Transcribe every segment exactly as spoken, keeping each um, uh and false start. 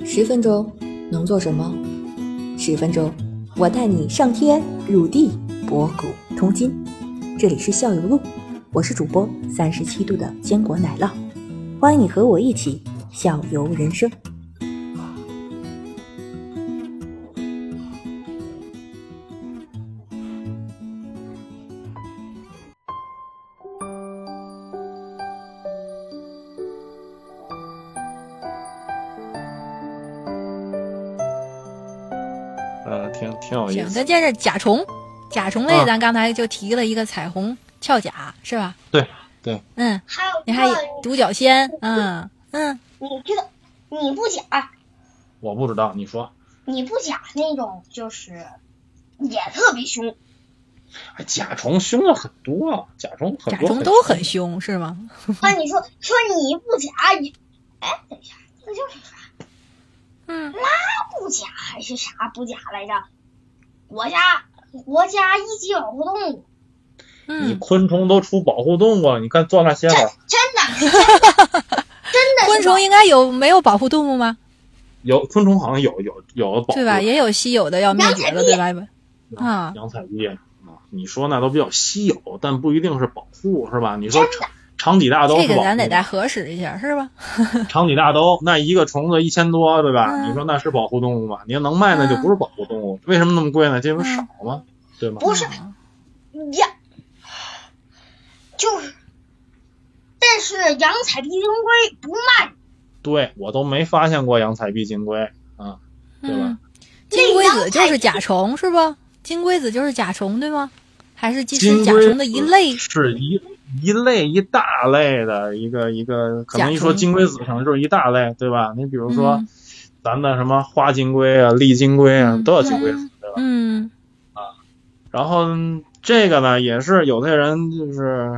十分钟能做什么？十分钟，我带你上天入地，博古通今。这里是校友录，我是主播三十七度的坚果奶酪，欢迎你和我一起校游人生。 呃，挺挺有意思。 咱接着甲虫，甲虫类，啊、咱刚才就提了一个彩虹鞘甲，是吧？ 对对， 嗯， 还有你还独角仙，嗯嗯， 你知道你不甲？ 我不知道，你说。 你不甲那种就是也特别凶。 哎，甲虫凶了很多啊，甲虫很多甲虫都很凶，是吗？ 啊，你说说你不甲，你哎，等一下，这叫啥？ 嗯， 拉布甲还是啥布甲来着？国家国家一级保护动物。 嗯， 你昆虫都出保护动物了，你看做那些了。 真的，真的，真的。 昆虫应该有没有保护动物吗？ 有，昆虫好像有有有保护， 对吧？也有稀有的要灭绝的，对吧？啊， 洋彩碧啊，你说那都比较稀有，但不一定是保护，是吧？你说长长底大兜， 这个咱得再核实一下，是吧？ 长底大兜那一个虫子一千多，对吧？ 嗯、 你说那是保护动物吗？你要能卖，那就不是保护动物。嗯、为什么那么贵呢？这不是少吗？嗯、对吗？ 不是呀，就是，但是洋彩碧金龟不卖。 对，我都没发现过洋彩碧金龟啊，对吧？ 嗯、金龟子就是甲虫是吧？金龟子就是甲虫对吗？还是既是甲虫的一类？ 是一一类一大类的一个一个，可能一说金龟子可能就是一大类，对吧？你比如说、嗯、咱的什么花金龟啊、丽金龟啊，嗯、都叫金龟子，对吧？ 嗯啊，然后这个呢，也是有的人就是。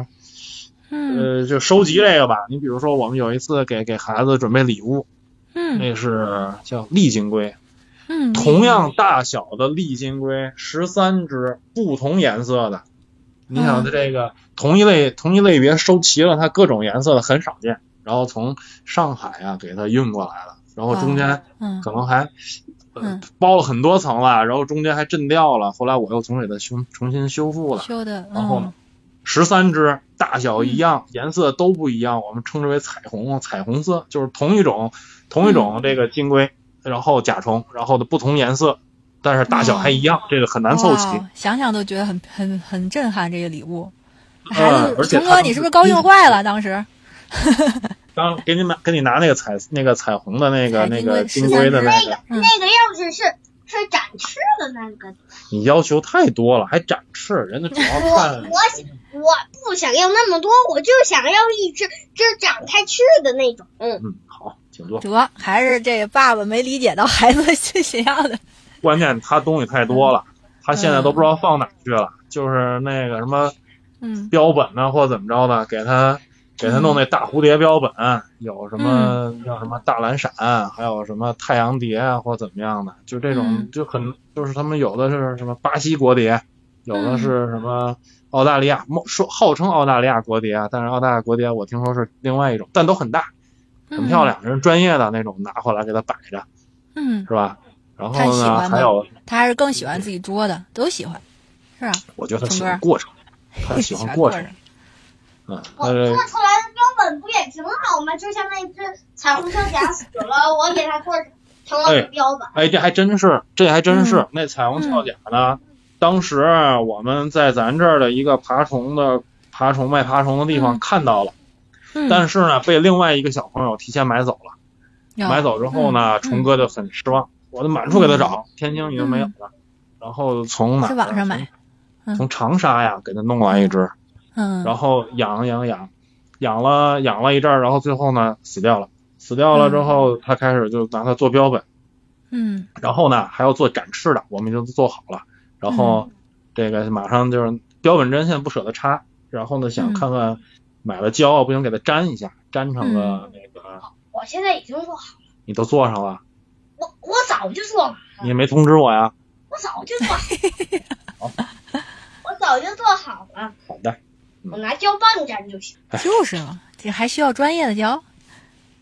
呃，就收集这个吧。你比如说，我们有一次给给孩子准备礼物， 嗯， 那是叫丽金龟， 嗯， 同样大小的丽金龟十三只，不同颜色的。你想这个、嗯、同一类同一类别收齐了，它各种颜色的很少见。然后从上海啊给它运过来了，然后中间可能还、 嗯呃、包了很多层了，然后中间还震掉了。后来我又重给它修重新修复了， 修的， 然后呢？十三只，大小一样，嗯、颜色都不一样，我们称之为彩虹，彩虹色就是同一种同一种这个金龟，嗯、然后甲虫，然后的不同颜色，但是大小还一样，哦、这个很难凑齐。 想想都觉得很很很震撼，这个礼物。孩子， 呃、 虫哥，你是不是高兴坏了？当时。 刚给你买，给你拿那个彩那个彩虹的那个那个金龟的那个， 那个那个要是是。是展翅的那个， 你要求太多了，还展翅，人家主要看。 我我我不想要那么多，我就想要一只只展开翅的那种。 嗯嗯，好，请坐。 得还是这爸爸没理解到孩子最想要的。 关键他东西太多了，他现在都不知道放哪去了，嗯、就是那个什么， 嗯， 标本呢，或怎么着的，给他。给他弄那大蝴蝶标本，嗯、有什么叫什么大蓝闪，嗯、还有什么太阳蝶啊，或怎么样的，就这种、 嗯、 就很就是他们有的是什么巴西国蝶，有的是什么澳大利亚，说号称澳大利亚国蝶，但是澳大利亚国蝶我听说是另外一种，但都很大，很漂亮，人、嗯、专业的那种拿回来给他摆着， 嗯， 是吧？然后呢，还有他还是更喜欢自己捉的，都喜欢，是吧？ 我觉得他喜欢过程，他喜欢过程。嗯， 我做出来的标本不也挺好吗？就像那只彩虹小甲死了，我给它做成了标本。 哎，哎这还真是，这还真是、 嗯、 那彩虹鞘甲呢。嗯、当时我们在咱这儿的一个爬虫的爬虫卖爬虫的地方看到了， 嗯、 但是呢，被另外一个小朋友提前买走了。 嗯、 买走之后呢，虫、嗯、哥就很失望，我就满处给他找，嗯、天津已经没有了。 嗯、 然后从哪？ 是网上买。 从, 从长沙呀，给他弄来一只。 嗯， 然后养养养，养了养了一阵儿，然后最后呢死掉了。死掉了之后，嗯、他开始就拿它做标本。 嗯。然后呢还要做展翅的，我们已经做好了。然后这个马上就是标本针，现在不舍得插。然后呢想看看买了胶，不行给它粘一下，粘成个那个。 嗯、我现在已经做好了。 你都做上了？ 我我早就做了。 你没通知我呀？ 我早就做。 好。 我早就做好了。 好的。 我拿胶棒粘就行。 就是嘛，这还需要专业的胶。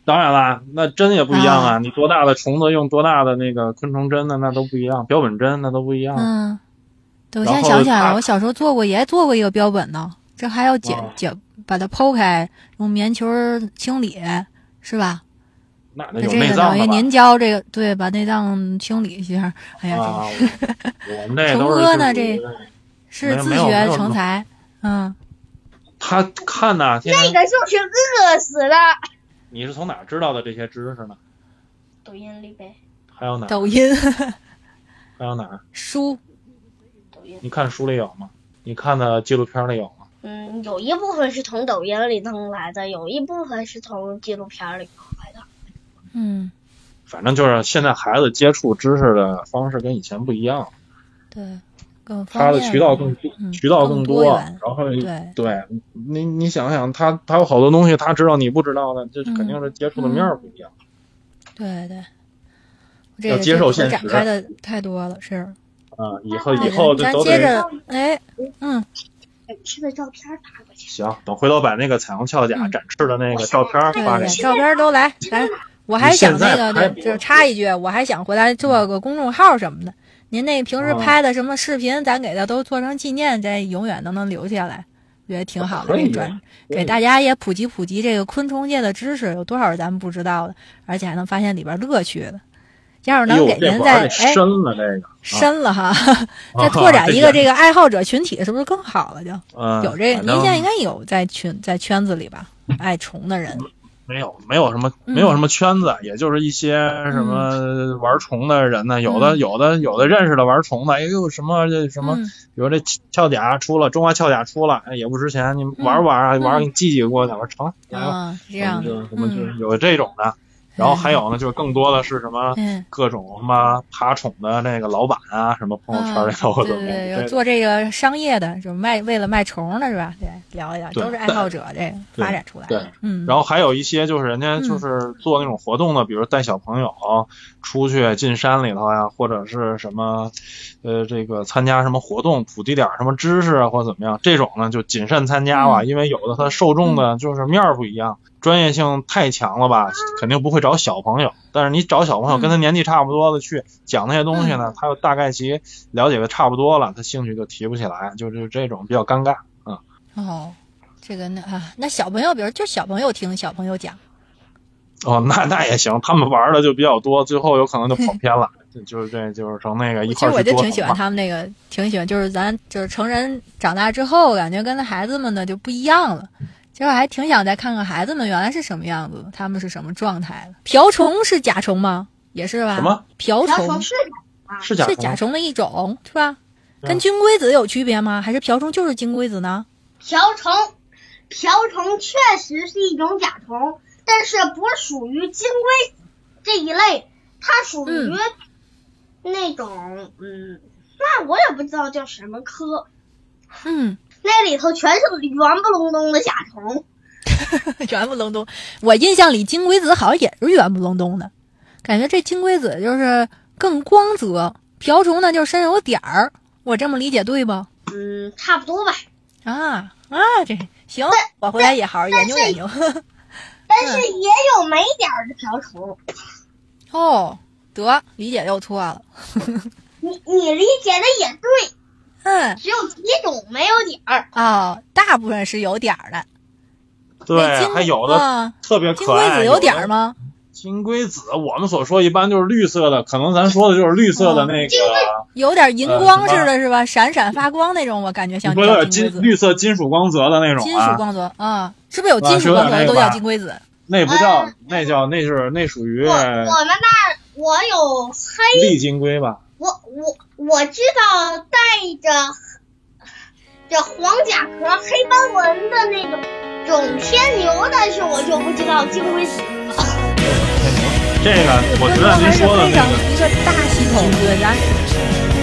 当然啦，那针也不一样啊，啊你多大的虫子用多大的那个昆虫针呢，那都不一样，标本针那都不一样。 嗯，对，我现在想起来了，我小时候做过，也做过一个标本呢，这还要解、啊、解把它剖开，用棉球清理，是吧？ 那那有内脏的吧？您教这个，对，把内脏清理一下。哎呀， 啊、我们这成哥呢？这是自学成才，嗯。 他看呐， 那个就是饿死的。 你是从哪知道的这些知识呢？ 抖音里呗。 还有哪？ 抖音。 还有哪？ 书。 抖音。 你看书里有吗？你看的纪录片里有吗？ 嗯，有一部分是从抖音里弄来的，有一部分是从纪录片里弄来的。 嗯。 反正就是现在孩子接触知识的方式跟以前不一样。 对。更他的渠道更多、嗯，渠道更多，然后对对，你你想想，他他有好多东西，他知道你不知道的，这肯定是接触的面不一样。 嗯、对对，这要接受现实， 展开的太多了，是。 啊，以后以后就咱都接着，哎，嗯， 吃的照片发过去。 行，等回头把那个彩虹鞘甲展示的那个照片发给你， 照片都来来，我还想那个，就插一句，我还想回来做个公众号什么的。您那平时拍的什么视频，咱给它都做成纪念，这永远都能留下来，觉得挺好的。给转给大家也普及普及这个昆虫界的知识，有多少咱们不知道的，而且还能发现里边乐趣的。要是能给您再哎深了这个深了哈，再拓展一个这个爱好者群体，是不是更好了？就有这个，您现在应该有在群在圈子里吧？爱虫的人。 没有，没有什么，没有什么圈子，嗯、也就是一些什么玩虫的人呢。嗯、有的，有的，有的认识的玩虫的，哎呦，什么这什么，嗯、比如这鞘甲出了，中华鞘甲出了，哎，也不值钱，你玩玩啊，嗯、玩给你寄几个过去，我说成，来吧， 嗯，这样的， 什么就是有这种的。然后还有呢，就是更多的是什么各种什么爬宠的那个老板啊，什么朋友圈里头的， 对对，有做这个商业的，就卖为了卖虫的是吧？对，聊一聊，都是爱好者这个发展出来的。 对， 嗯。 然后还有一些就是人家就是做那种活动的，比如带小朋友出去进山里头呀，或者是什么呃这个参加什么活动，普及点什么知识啊，或者怎么样，这种呢就谨慎参加吧，因为有的它受众的就是面不一样。专业性太强了吧，肯定不会找小朋友。但是你找小朋友跟他年纪差不多的去讲那些东西呢，嗯、他又大概其了解的差不多了，他兴趣就提不起来，就是这种比较尴尬。嗯。 哦，这个那啊，那小朋友，比如就小朋友听小朋友讲。 哦，那那也行，他们玩的就比较多，最后有可能就跑偏了，就是这就是成那个一块儿去。 其实我就挺喜欢他们那个，挺喜欢，就是咱就是成人长大之后，感觉跟孩子们的就不一样了。其实我还挺想再看看孩子们原来是什么样子，他们是什么状态的。瓢虫是甲虫吗？也是吧？ 什么？ 瓢虫是是甲是甲虫的一种，是吧？跟金龟子有区别吗？还是瓢虫就是金龟子呢？ 瓢虫，瓢虫确实是一种甲虫，但是不属于金龟子这一类，它属于那种 嗯, 嗯，那我也不知道叫什么科。 嗯。 那里头全是圆不隆咚的甲虫， 圆不隆咚。我印象里金龟子好像也是圆不隆咚的，感觉这金龟子就是更光泽，瓢虫呢就是身上有点儿。我这么理解对吧？ 嗯，差不多吧。 啊啊，这行，我回来也好好研究研究。 但是也有没点儿的瓢虫。 哦，得理解又错了。 你你理解的也对。 嗯， 只有几种没有点儿哦，大部分是有点儿的。 对，还有的、嗯、特别可爱。 金龟子有点儿吗？ 金龟子，我们所说一般就是绿色的，可能咱说的就是绿色的那个， 哦、有点荧光似的，呃、是吧？闪闪发光那种，我感觉像有点金绿色金属光泽的那种、啊。 金属光泽啊，是不是有金属光泽都叫金龟子？ 那不叫，呃、那叫那是那属于。 我我们那儿我有黑绿金龟吧。 我我我知道带着这黄甲壳黑斑纹的那种种天牛，但是我就不知道金龟子。 这个我知道您说的那个一个大系统，对，咱